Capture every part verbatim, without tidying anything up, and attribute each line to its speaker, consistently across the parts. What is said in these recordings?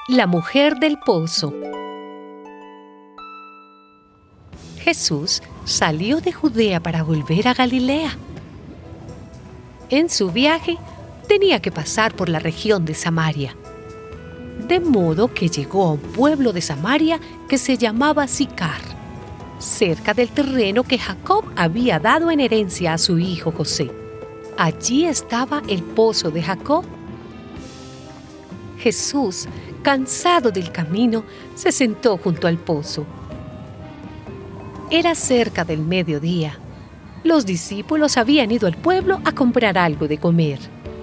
Speaker 1: La mujer del pozo. Jesús salió de Judea para volver a Galilea. En su viaje tenía que pasar por la región de Samaria, de modo que llegó a un pueblo de Samaria que se llamaba Sicar, cerca del terreno que Jacob había dado en herencia a su hijo José. Allí estaba el pozo de Jacob. Jesús, cansado del camino, se sentó junto al pozo. Era cerca del mediodía. Los discípulos habían ido al pueblo a comprar algo de comer.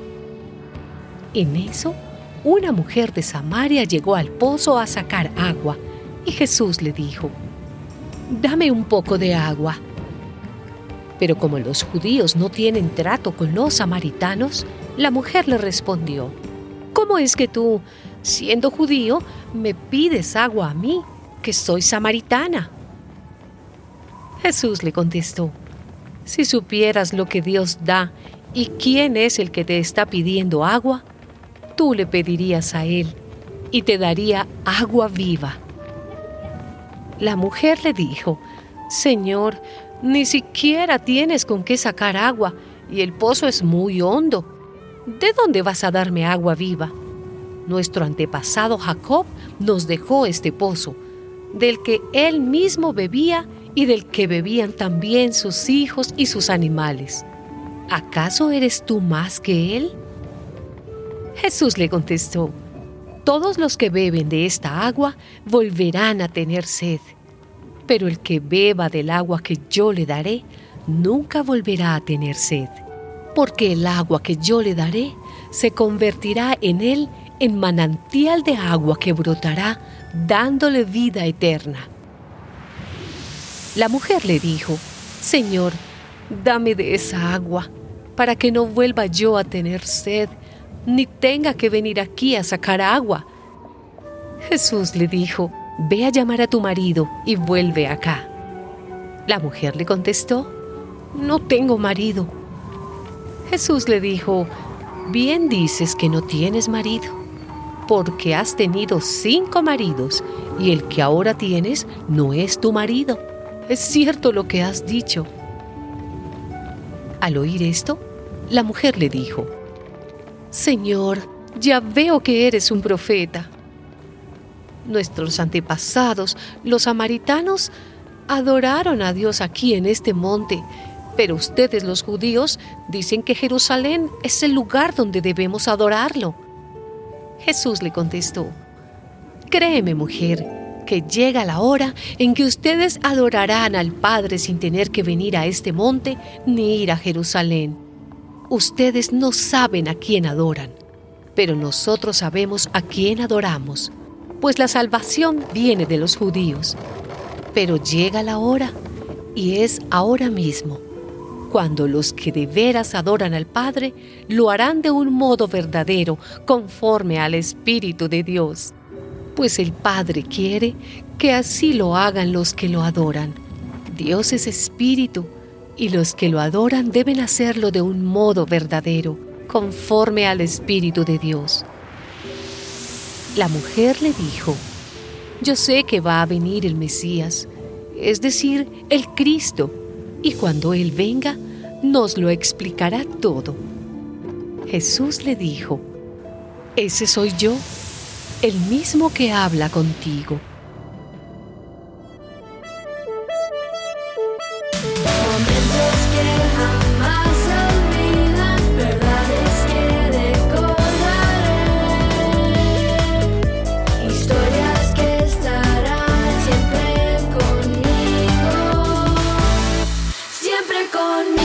Speaker 1: En eso, una mujer de Samaria llegó al pozo a sacar agua, y Jesús le dijo: «Dame un poco de agua». Pero como los judíos no tienen trato con los samaritanos, la mujer le respondió: «¿Cómo es que tú, siendo judío, me pides agua a mí, que soy samaritana?» Jesús le contestó: «Si supieras lo que Dios da y quién es el que te está pidiendo agua, tú le pedirías a Él y te daría agua viva». La mujer le dijo: «Señor, ni siquiera tienes con qué sacar agua y el pozo es muy hondo. ¿De dónde vas a darme agua viva? Nuestro antepasado Jacob nos dejó este pozo, del que él mismo bebía y del que bebían también sus hijos y sus animales. ¿Acaso eres tú más que él?». Jesús le contestó: «Todos los que beben de esta agua volverán a tener sed, pero el que beba del agua que yo le daré nunca volverá a tener sed, porque el agua que yo le daré se convertirá en él en manantial de agua que brotará, dándole vida eterna». La mujer le dijo: «Señor, dame de esa agua, para que no vuelva yo a tener sed, ni tenga que venir aquí a sacar agua». Jesús le dijo: «Ve a llamar a tu marido y vuelve acá». La mujer le contestó: «No tengo marido». Jesús le dijo: «Bien dices que no tienes marido, porque has tenido cinco maridos y el que ahora tienes no es tu marido. Es cierto lo que has dicho». Al oír esto, la mujer le dijo: «Señor, ya veo que eres un profeta. Nuestros antepasados, los samaritanos, adoraron a Dios aquí en este monte, pero ustedes, los judíos, dicen que Jerusalén es el lugar donde debemos adorarlo». Jesús le contestó: «Créeme, mujer, que llega la hora en que ustedes adorarán al Padre sin tener que venir a este monte ni ir a Jerusalén. Ustedes no saben a quién adoran, pero nosotros sabemos a quién adoramos, pues la salvación viene de los judíos. Pero llega la hora, y es ahora mismo, cuando los que de veras adoran al Padre lo harán de un modo verdadero, conforme al Espíritu de Dios. Pues el Padre quiere que así lo hagan los que lo adoran. Dios es Espíritu, y los que lo adoran deben hacerlo de un modo verdadero, conforme al Espíritu de Dios». La mujer le dijo: «Yo sé que va a venir el Mesías, es decir, el Cristo, y cuando Él venga, nos lo explicará todo». Jesús le dijo: «Ese soy yo, el mismo que habla contigo».
Speaker 2: Momentos que jamás se olvidan, verdades que recordaré, historias que estarán siempre conmigo, siempre conmigo.